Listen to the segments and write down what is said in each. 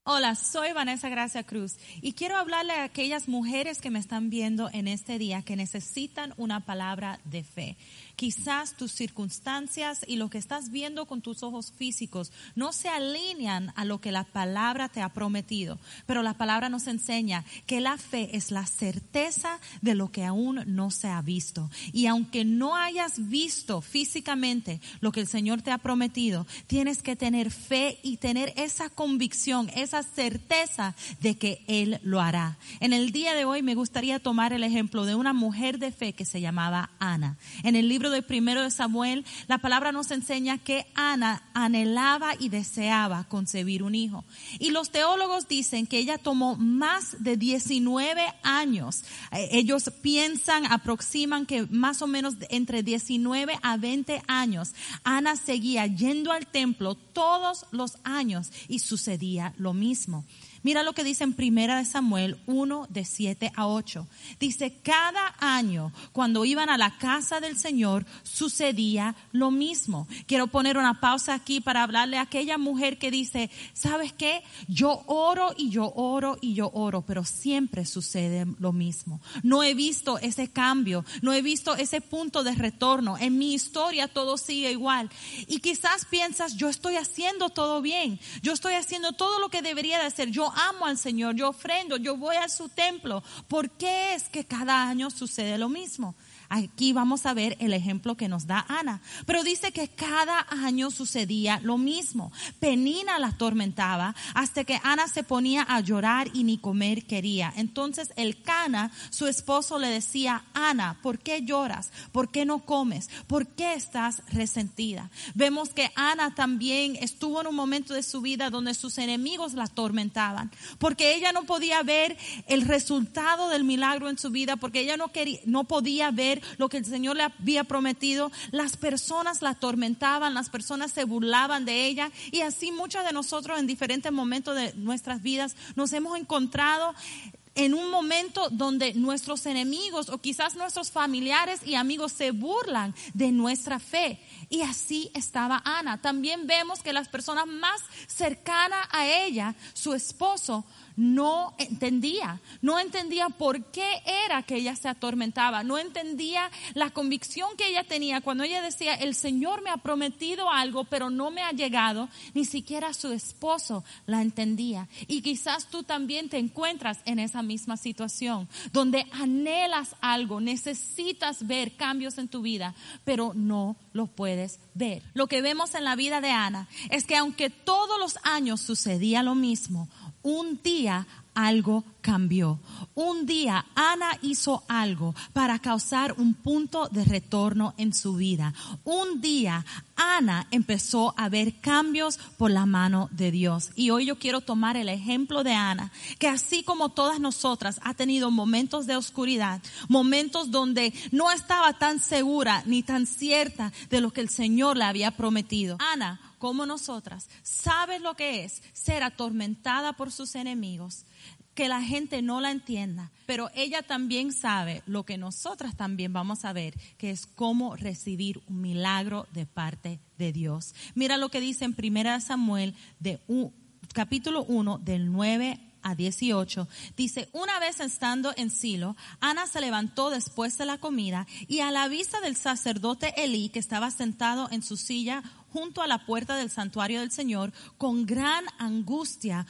Hola, soy Vanessa Gracia Cruz y quiero hablarle a aquellas mujeres que me están viendo en este día que necesitan una palabra de fe. Quizás tus circunstancias y lo que estás viendo con tus ojos físicos no se alinean a lo que la palabra te ha prometido, pero la palabra nos enseña que la fe es la certeza de lo que aún no se ha visto. Y aunque no hayas visto físicamente lo que el Señor te ha prometido, tienes que tener fe y tener esa convicción, esa certeza de que Él lo hará. En el día de hoy me gustaría tomar el ejemplo de una mujer de fe que se llamaba Ana. En el libro de 1 de Samuel, la palabra nos enseña que Ana anhelaba y deseaba concebir un hijo. Y los teólogos dicen que ella tomó más de 19 años. Ellos aproximan que más o menos entre 19 a 20 años. Ana seguía yendo al templo todos los años y sucedía lo mismo. Mira lo que dice en 1 de Samuel 1, de 7 a 8. Dice, cada año cuando iban a la casa del Señor sucedía lo mismo. Quiero poner una pausa aquí para hablarle a aquella mujer que dice, ¿sabes qué? Yo oro y yo oro y yo oro, pero siempre sucede lo mismo. No he visto ese cambio, no he visto ese punto de retorno. En mi historia todo sigue igual. Y quizás piensas, yo estoy haciendo todo bien, yo estoy haciendo todo lo que debería de hacer, yo amo al Señor, yo ofrendo, yo voy a su templo. ¿Por qué es que cada año sucede lo mismo? Aquí vamos a ver el ejemplo que nos da Ana. Pero dice que cada año sucedía lo mismo. Penina la atormentaba hasta que Ana se ponía a llorar y ni comer quería. Entonces Elcana, su esposo, le decía, Ana, ¿por qué lloras? ¿Por qué no comes? ¿Por qué estás resentida? Vemos que Ana también estuvo en un momento de su vida donde sus enemigos la atormentaban, porque ella no podía ver el resultado del milagro en su vida, porque ella no podía ver lo que el Señor le había prometido. Las personas la atormentaban, las personas se burlaban de ella, y así muchos de nosotros en diferentes momentos de nuestras vidas nos hemos encontrado en un momento donde nuestros enemigos o quizás nuestros familiares y amigos se burlan de nuestra fe. Y así estaba Ana. También vemos que las personas más cercanas a ella, su esposo, no entendía por qué era que ella se atormentaba, no entendía la convicción que ella tenía cuando ella decía, el Señor me ha prometido algo pero no me ha llegado. Ni siquiera su esposo la entendía. Y quizás tú también te encuentras en esa misma situación donde anhelas algo, necesitas ver cambios en tu vida, pero no lo puedes ver. Lo que vemos en la vida de Ana es que aunque todos los años sucedía lo mismo, un día algo cambió. Un día Ana hizo algo para causar un punto de retorno en su vida. Un día Ana empezó a ver cambios por la mano de Dios. Y hoy yo quiero tomar el ejemplo de Ana, que así como todas nosotras ha tenido momentos de oscuridad, momentos donde no estaba tan segura ni tan cierta de lo que el Señor le había prometido. Ana, como nosotras, sabe lo que es ser atormentada por sus enemigos, que la gente no la entienda, pero ella también sabe lo que nosotras también vamos a ver, que es cómo recibir un milagro de parte de Dios. Mira lo que dice en 1 Samuel capítulo 1 del 9 a 18, dice, una vez estando en Silo, Ana se levantó después de la comida y a la vista del sacerdote Elí, que estaba sentado en su silla junto a la puerta del santuario del Señor, con gran angustia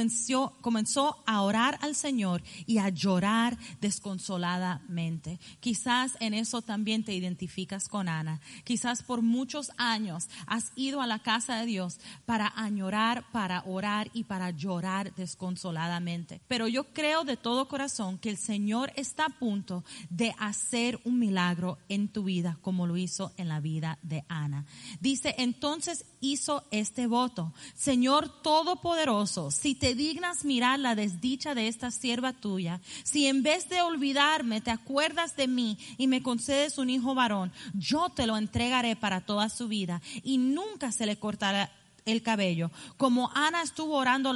comenzó a orar al Señor y a llorar desconsoladamente. Quizás en eso también te identificas con Ana. Quizás por muchos años has ido a la casa de Dios para añorar, para orar y para llorar desconsoladamente. Pero yo creo de todo corazón que el Señor está a punto de hacer un milagro en tu vida, como lo hizo en la vida de Ana. Dice, entonces hizo este voto: Señor Todopoderoso, si te dignas mirar la desdicha de esta sierva tuya, si en vez de olvidarme te acuerdas de mí y me concedes un hijo varón, yo te lo entregaré para toda su vida y nunca se le cortará el cabello. Como Ana estuvo orando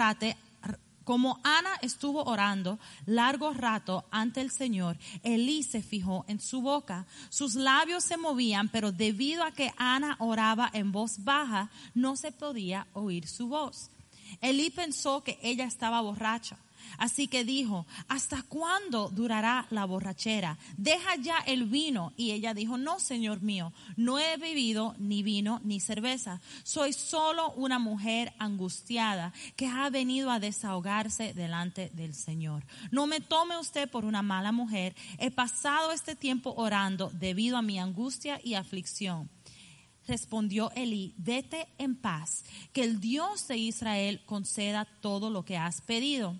largo rato ante el Señor, Elí se fijó en su boca. Sus labios se movían, pero debido a que Ana oraba en voz baja, no se podía oír su voz. Elí pensó que ella estaba borracha. Así que dijo, ¿hasta cuándo durará la borrachera? Deja ya el vino. Y ella dijo, no, Señor mío, no he bebido ni vino ni cerveza. Soy solo una mujer angustiada que ha venido a desahogarse delante del Señor. No me tome usted por una mala mujer. He pasado este tiempo orando debido a mi angustia y aflicción. Respondió Elí, vete en paz, que el Dios de Israel conceda todo lo que has pedido.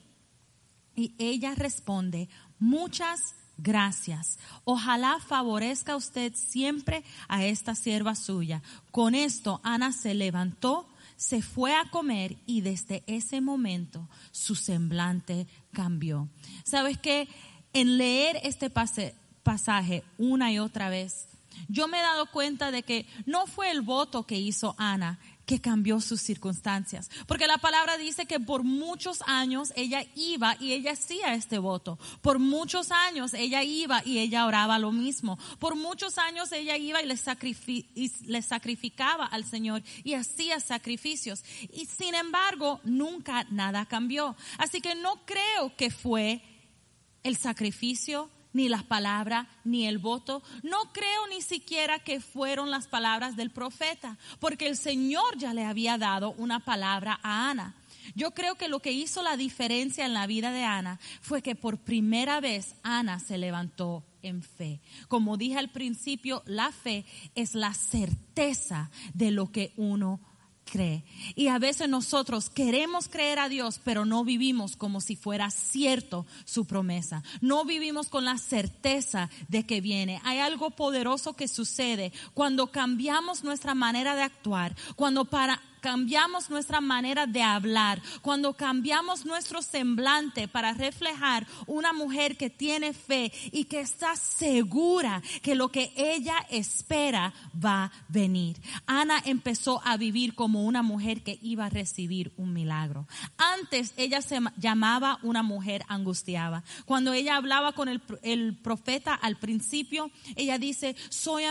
Y ella responde, muchas gracias. Ojalá favorezca usted siempre a esta sierva suya. Con esto Ana se levantó, se fue a comer y desde ese momento su semblante cambió. ¿Sabes qué? En leer este pasaje una y otra vez, yo me he dado cuenta de que no fue el voto que hizo Ana que cambió sus circunstancias, porque la palabra dice que por muchos años ella iba y ella hacía este voto. Por muchos años ella iba y ella oraba lo mismo. Por muchos años ella iba y le sacrificaba al Señor y hacía sacrificios. Y sin embargo, nunca nada cambió. Así que no creo que fue el sacrificio, ni las palabras, ni el voto. No creo ni siquiera que fueron las palabras del profeta, porque el Señor ya le había dado una palabra a Ana. Yo creo que lo que hizo la diferencia en la vida de Ana fue que por primera vez Ana se levantó en fe. Como dije al principio, la fe es la certeza de lo que uno cree. Y a veces nosotros queremos creer a Dios, pero no vivimos como si fuera cierto su promesa. No vivimos con la certeza de que viene. Hay algo poderoso que sucede cuando cambiamos nuestra manera de actuar, cuando cambiamos nuestra manera de hablar, cuando cambiamos nuestro semblante para reflejar una mujer que tiene fe y que está segura que lo que ella espera va a venir. Ana empezó a vivir como una mujer que iba a recibir un milagro. Antes ella se llamaba una mujer angustiada. Cuando ella hablaba con el profeta al principio, ella dice, soy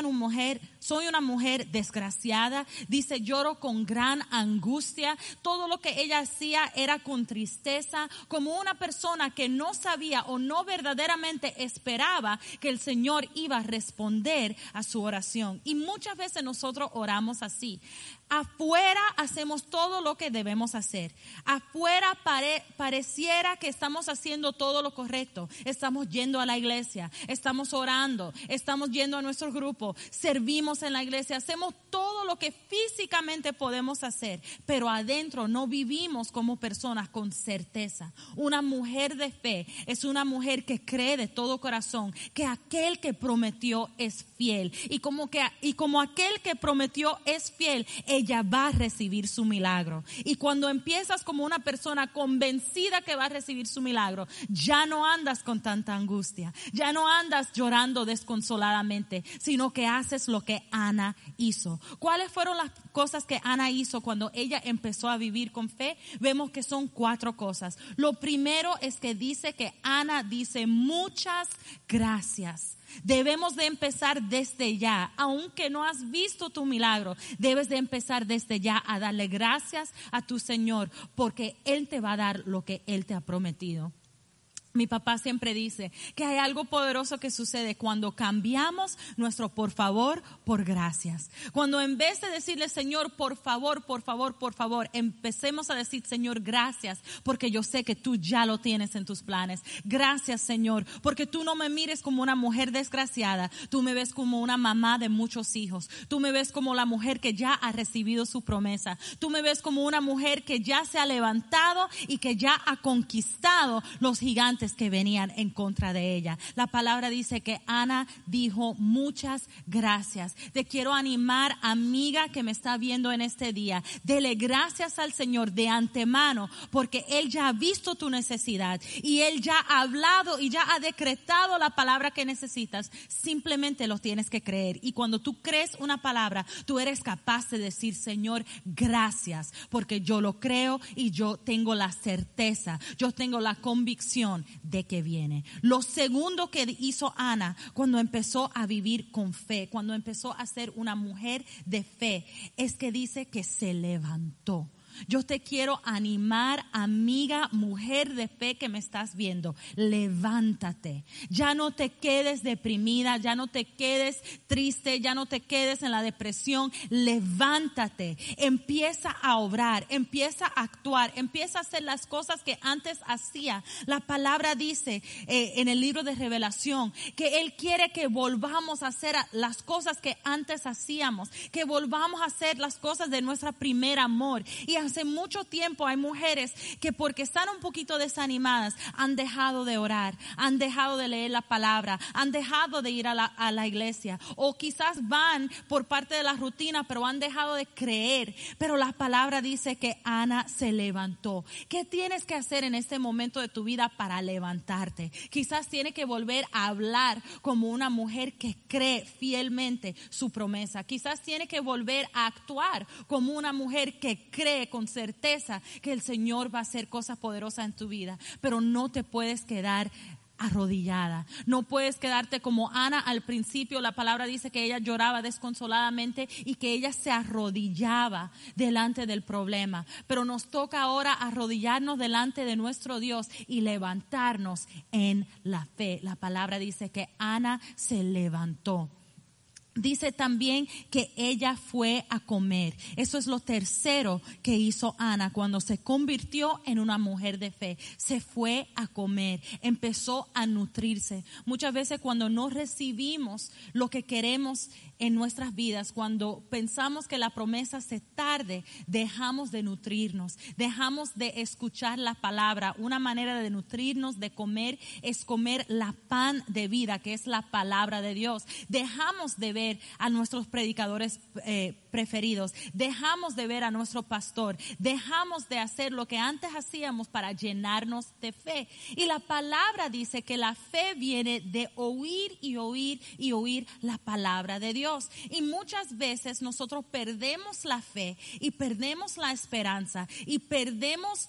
una mujer desgraciada. Dice, lloro con gran angustia. Todo lo que ella hacía era con tristeza, como una persona que no sabía o no verdaderamente esperaba que el Señor iba a responder a su oración. Y muchas veces nosotros oramos así. Afuera hacemos todo lo que debemos hacer. Afuera pareciera que estamos haciendo todo lo correcto. Estamos yendo a la iglesia, estamos orando, estamos yendo a nuestro grupo, servimos en la iglesia, hacemos todo lo que físicamente podemos hacer, pero adentro no vivimos como personas con certeza. Una mujer de fe es una mujer que cree de todo corazón que aquel que prometió es fiel. Y como aquel que prometió es fiel, ella va a recibir su milagro. Y cuando empiezas como una persona convencida que va a recibir su milagro, ya no andas con tanta angustia, ya no andas llorando desconsoladamente, sino que haces lo que Ana hizo. ¿Cuáles fueron las cosas que Ana hizo cuando ella empezó a vivir con fe? Vemos que son 4 cosas. Lo primero es que dice que Ana dice muchas gracias. Debemos de empezar desde ya, aunque no has visto tu milagro, debes de empezar desde ya a darle gracias a tu Señor, porque Él te va a dar lo que Él te ha prometido. Mi papá siempre dice que hay algo poderoso que sucede cuando cambiamos nuestro por favor por gracias. Cuando en vez de decirle Señor por favor, por favor, por favor, empecemos a decir Señor gracias porque yo sé que tú ya lo tienes en tus planes. Gracias Señor porque tú no me mires como una mujer desgraciada, tú me ves como una mamá de muchos hijos, tú me ves como la mujer que ya ha recibido su promesa, tú me ves como una mujer que ya se ha levantado y que ya ha conquistado los gigantes que venían en contra de ella. La palabra dice que Ana dijo muchas gracias. Te quiero animar, amiga que me está viendo en este día, dele gracias al Señor de antemano porque Él ya ha visto tu necesidad y Él ya ha hablado y ya ha decretado la palabra que necesitas. Simplemente lo tienes que creer, y cuando tú crees una palabra, tú eres capaz de decir Señor gracias porque yo lo creo y yo tengo la certeza, yo tengo la convicción de que viene. Lo segundo que hizo Ana cuando empezó a vivir con fe, cuando empezó a ser una mujer de fe, es que dice que se levantó. Yo te quiero animar, amiga, mujer de fe que me estás viendo. Levántate. Ya no te quedes deprimida, ya no te quedes triste, ya no te quedes en la depresión. Levántate. Empieza a obrar, empieza a actuar, empieza a hacer las cosas que antes hacía. La palabra dice en el libro de Revelación que Él quiere que volvamos a hacer las cosas que antes hacíamos, que volvamos a hacer las cosas de nuestra primer amor. Y hace mucho tiempo hay mujeres que porque están un poquito desanimadas han dejado de orar, han dejado de leer la palabra, han dejado de ir a la iglesia, o quizás van por parte de la rutina pero han dejado de creer. Pero la palabra dice que Ana se levantó. ¿Qué tienes que hacer en este momento de tu vida para levantarte? Quizás tienes que volver a hablar como una mujer que cree fielmente su promesa. Quizás tiene que volver a actuar como una mujer que cree con certeza que el Señor va a hacer cosas poderosas en tu vida. Pero no te puedes quedar arrodillada. No puedes quedarte como Ana al principio. La palabra dice que ella lloraba desconsoladamente y que ella se arrodillaba delante del problema. Pero nos toca ahora arrodillarnos delante de nuestro Dios y levantarnos en la fe. La palabra dice que Ana se levantó. Dice también que ella fue a comer. Eso es lo tercero que hizo Ana cuando se convirtió en una mujer de fe. Se fue a comer, empezó a nutrirse. Muchas veces cuando no recibimos lo que queremos en nuestras vidas, cuando pensamos que la promesa se tarde, dejamos de nutrirnos, dejamos de escuchar la palabra. Una manera de nutrirnos, de comer, es comer la pan de vida, que es la palabra de Dios. Dejamos de ver a nuestros predicadores preferidos, dejamos de ver a nuestro pastor, dejamos de hacer lo que antes hacíamos para llenarnos de fe. Y la palabra dice que la fe viene de oír y oír y oír la palabra de Dios. Y muchas veces nosotros perdemos la fe y perdemos la esperanza y perdemos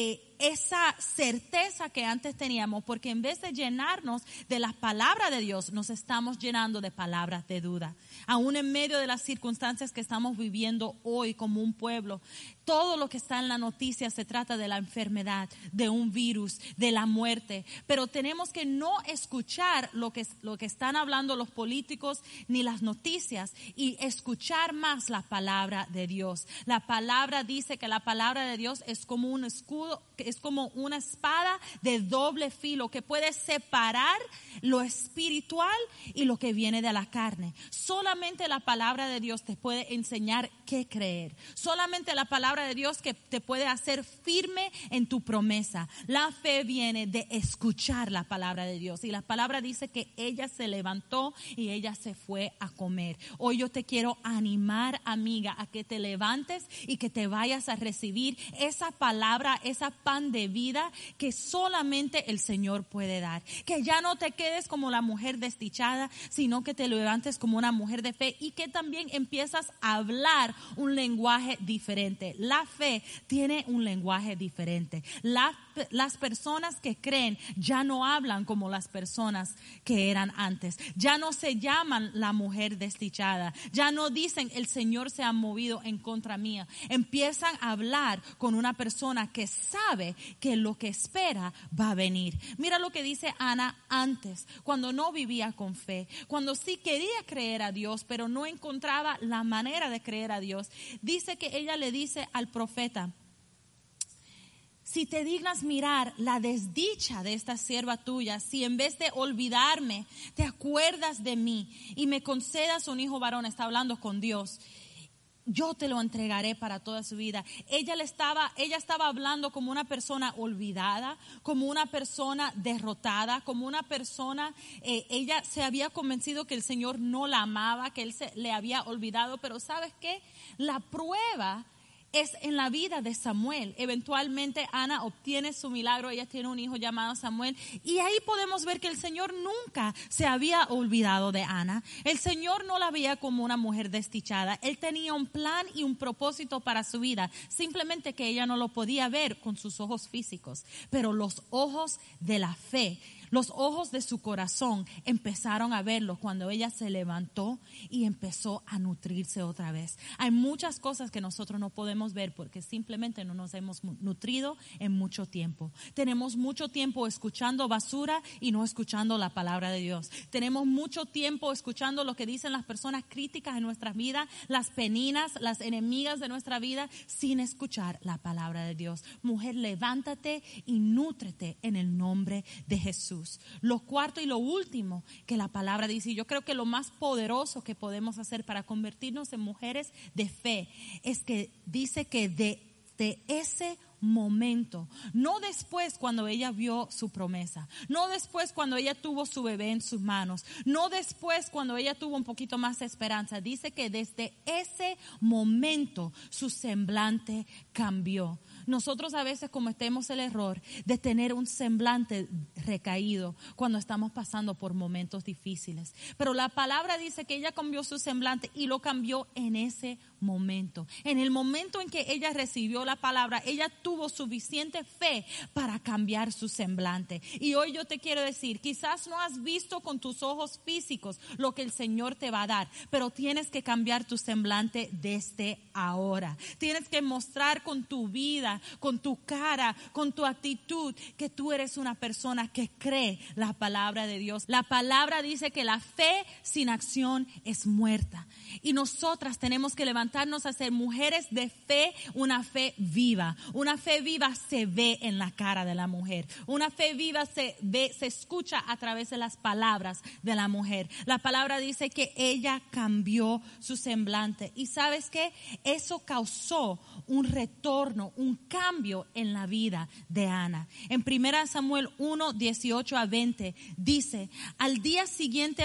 esa certeza que antes teníamos, porque en vez de llenarnos de la palabra de Dios, nos estamos llenando de palabras de duda. Aún en medio de las circunstancias que estamos viviendo hoy como un pueblo, todo lo que está en la noticia se trata de la enfermedad, de un virus, de la muerte. Pero tenemos que no escuchar lo que están hablando los políticos ni las noticias y escuchar más la palabra de Dios. La palabra dice que la palabra de Dios es como un escudo, es como una espada de doble filo que puede separar lo espiritual y lo que viene de la carne. Solamente la palabra de Dios te puede enseñar qué creer. Solamente la palabra de Dios que te puede hacer firme en tu promesa. La fe viene de escuchar la palabra de Dios. Y la palabra dice que ella se levantó y ella se fue a comer. Hoy yo te quiero animar, amiga, a que te levantes y que te vayas a recibir esa palabra, esa pan de vida que solamente el Señor puede dar. Que ya no te quedes como la mujer desdichada, sino que te levantes como una mujer de fe y que también empiezas a hablar un lenguaje diferente. La fe tiene un lenguaje diferente. Las personas que creen ya no hablan como las personas que eran antes. Ya no se llaman la mujer desdichada. Ya no dicen el Señor se ha movido en contra mía. Empiezan a hablar con una persona que sabe que lo que espera va a venir. Mira lo que dice Ana antes, cuando no vivía con fe, cuando sí quería creer a Dios, pero no encontraba la manera de creer a Dios. Dice que ella le dice al profeta: si te dignas mirar la desdicha de esta sierva tuya, si en vez de olvidarme te acuerdas de mí y me concedas un hijo varón, está hablando con Dios, yo te lo entregaré para toda su vida. Ella estaba hablando como una persona olvidada, como una persona derrotada, como una persona, ella se había convencido que el Señor no la amaba, que Él le había olvidado, pero ¿sabes qué? La prueba es en la vida de Samuel. Eventualmente Ana obtiene su milagro, ella tiene un hijo llamado Samuel y ahí podemos ver que el Señor nunca se había olvidado de Ana. El Señor no la veía como una mujer desdichada. Él tenía un plan y un propósito para su vida, simplemente que ella no lo podía ver con sus ojos físicos, pero los ojos de la fe, los ojos de su corazón empezaron a verlo cuando ella se levantó y empezó a nutrirse otra vez. Hay muchas cosas que nosotros no podemos podemos ver porque simplemente no nos hemos nutrido en mucho tiempo. Tenemos mucho tiempo escuchando basura y no escuchando la palabra de Dios. Tenemos mucho tiempo escuchando lo que dicen las personas críticas en nuestra vida, las peninas, las enemigas de nuestra vida, sin escuchar la palabra de Dios. Mujer, levántate y nútrete en el nombre de Jesús. Lo cuarto y lo último que la palabra dice, y yo creo que lo más poderoso que podemos hacer para convertirnos en mujeres de fe, es que dice que de ese momento, no después cuando ella vio su promesa, no después cuando ella tuvo su bebé en sus manos, no después cuando ella tuvo un poquito más de esperanza, dice que desde ese momento su semblante cambió. Nosotros a veces cometemos el error de tener un semblante recaído cuando estamos pasando por momentos difíciles, pero la palabra dice que ella cambió su semblante y lo cambió en ese momento. En el momento en que ella recibió la palabra, ella tuvo suficiente fe para cambiar su semblante. Y hoy yo te quiero decir, quizás no has visto con tus ojos físicos lo que el Señor te va a dar, pero tienes que cambiar tu semblante desde ahora. Tienes que mostrar con tu vida, con tu cara, con tu actitud, que tú eres una persona que cree la palabra de Dios. La palabra dice que la fe sin acción es muerta. Y nosotras tenemos que levantarnos a ser mujeres de fe, una fe viva. Una fe viva se ve en la cara de la mujer. Una fe viva se ve, se escucha a través de las palabras de la mujer. La palabra dice que ella cambió su semblante. ¿Y sabes qué? Eso causó un retorno, un cambio en la vida de Ana. En 1 Samuel 1, 18 a 20 dice, al día siguiente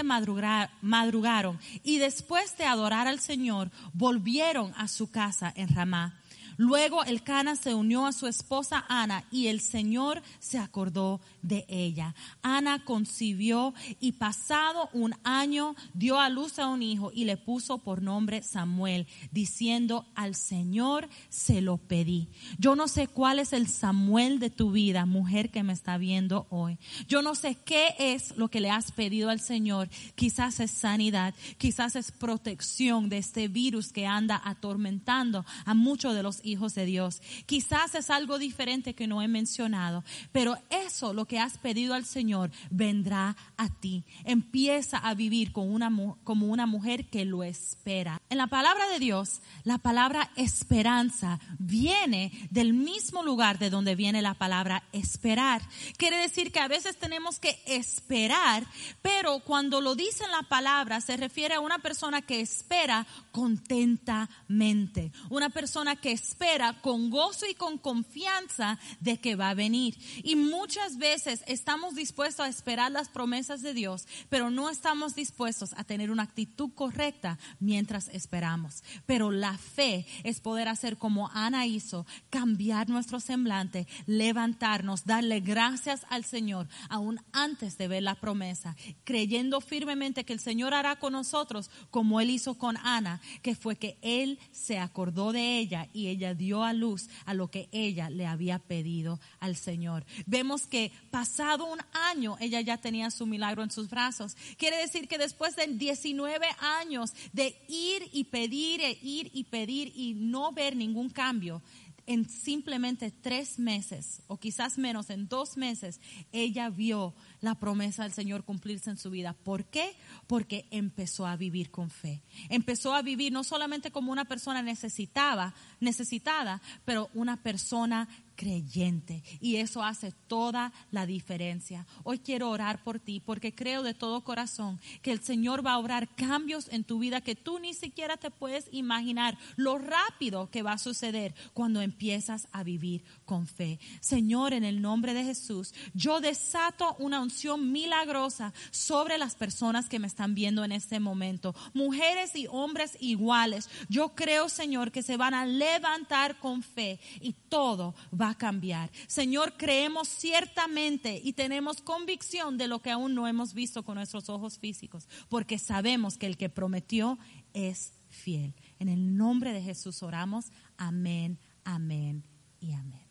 madrugaron y después de adorar al Señor volvieron a su casa en Ramá. Luego Elcana se unió a su esposa Ana y el Señor se acordó de ella. Ana concibió y pasado un año dio a luz a un hijo y le puso por nombre Samuel, diciendo, al Señor se lo pedí. Yo no sé cuál es el Samuel de tu vida, mujer que me está viendo hoy. Yo no sé qué es lo que le has pedido al Señor. Quizás es sanidad, quizás es protección de este virus que anda atormentando a muchos de los hijos de Dios. Quizás es algo diferente que no he mencionado, pero eso, lo que has pedido al Señor, vendrá a ti. Empieza a vivir como una mujer que lo espera. En la palabra de Dios, la palabra esperanza viene del mismo lugar de donde viene la palabra esperar. Quiere decir que a veces tenemos que esperar, pero cuando lo dice en la palabra se refiere a una persona que espera contentamente, una persona que espera con gozo y con confianza de que va a venir. Y muchas veces estamos dispuestos a esperar las promesas de Dios, pero no estamos dispuestos a tener una actitud correcta mientras esperamos. Pero la fe es poder hacer como Ana hizo, cambiar nuestro semblante, levantarnos, darle gracias al Señor aún antes de ver la promesa, creyendo firmemente que el Señor hará con nosotros como Él hizo con Ana, que fue que Él se acordó de ella y ella dio a luz a lo que ella le había pedido al Señor. Vemos que pasado un año ella ya tenía su milagro en sus brazos. Quiere decir que después de 19 años de ir y pedir y no ver ningún cambio, en simplemente 3 meses o quizás menos, en 2 meses, ella vio la promesa del Señor cumplirse en su vida. ¿Por qué? Porque empezó a vivir con fe. Empezó a vivir no solamente como una persona necesitada, pero una persona creyente, y eso hace toda la diferencia. Hoy quiero orar por ti porque creo de todo corazón que el Señor va a obrar cambios en tu vida que tú ni siquiera te puedes imaginar lo rápido que va a suceder cuando empiezas a vivir con fe. Señor, en el nombre de Jesús, yo desato una unción milagrosa sobre las personas que me están viendo en este momento, mujeres y hombres iguales. Yo creo, Señor, que se van a levantar con fe y todo va a cambiar. Señor, creemos ciertamente y tenemos convicción de lo que aún no hemos visto con nuestros ojos físicos, porque sabemos que el que prometió es fiel. En el nombre de Jesús oramos. Amén, amén y amén.